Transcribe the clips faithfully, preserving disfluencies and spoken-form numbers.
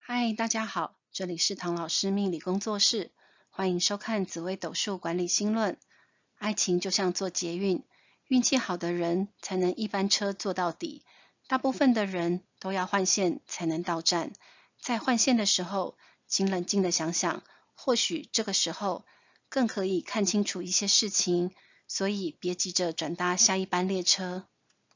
嗨，大家好，这里是唐老师命理工作室，欢迎收看紫微斗数管理新论。爱情就像坐捷运，运气好的人才能一班车坐到底，大部分的人都要换线才能到站。在换线的时候，请冷静的想想，或许这个时候更可以看清楚一些事情，所以别急着转搭下一班列车。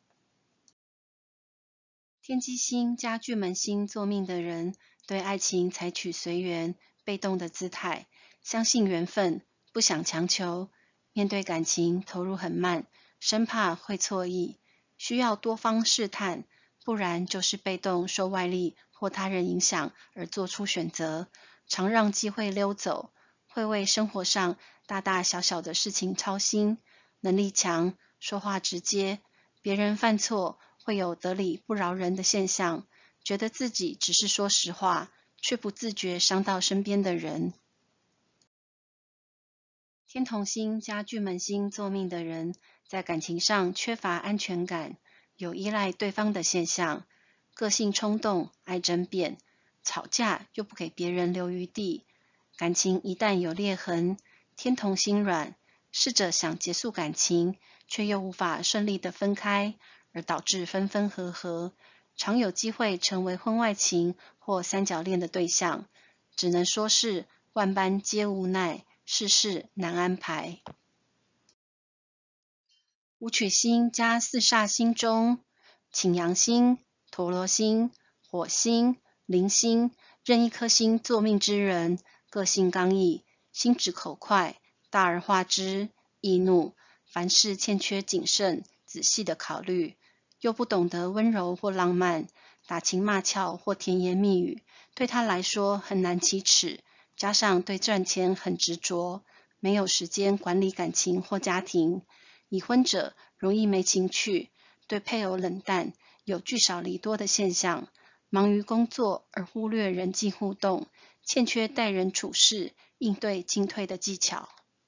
天机星加巨门星坐命的人，对爱情采取随缘、被动的姿态，相信缘分，不想强求。面对感情投入很慢，生怕会错意，需要多方试探，不然就是被动受外力或他人影响而做出选择，常让机会溜走，会为生活上大大小小的事情操心，能力强，说话直接，别人犯错会有得理不饶人的现象，觉得自己只是说实话，却不自觉伤到身边的人。天同星加巨门星坐命的人，在感情上缺乏安全感，有依赖对方的现象，个性冲动，爱争辩，吵架又不给别人留余地。感情一旦有裂痕，天同心软，试着想结束感情，却又无法顺利的分开，而导致分分合合，常有机会成为婚外情或三角恋的对象，只能说是万般皆无奈，世事难安排。武曲星加四煞星中，擎羊星、陀罗星、火星、铃星，任一颗星坐命之人，个性刚毅，心直口快，大而化之，易怒，凡事欠缺谨慎、仔细的考虑，又不懂得温柔或浪漫，打情骂俏或甜言蜜语，对他来说很难启齿，加上对赚钱很执着，没有时间管理感情或家庭。已婚者容易没情趣，对配偶冷淡，有聚少离多的现象，忙于工作而忽略人际互动，欠缺待人处事、应对进退的技巧。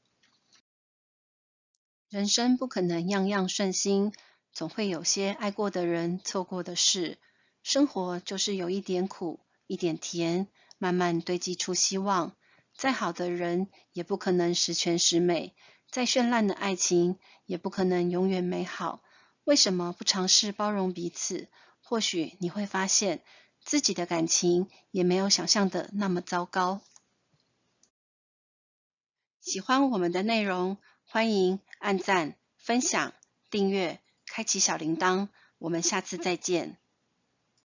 人生不可能样样顺心，总会有些爱过的人、错过的事。生活就是有一点苦，一点甜，慢慢堆积出希望。再好的人也不可能十全十美，再绚烂的爱情也不可能永远美好。为什么不尝试包容彼此？或许你会发现，自己的感情也没有想象的那么糟糕。喜欢我们的内容，欢迎按赞、分享、订阅、开启小铃铛。我们下次再见。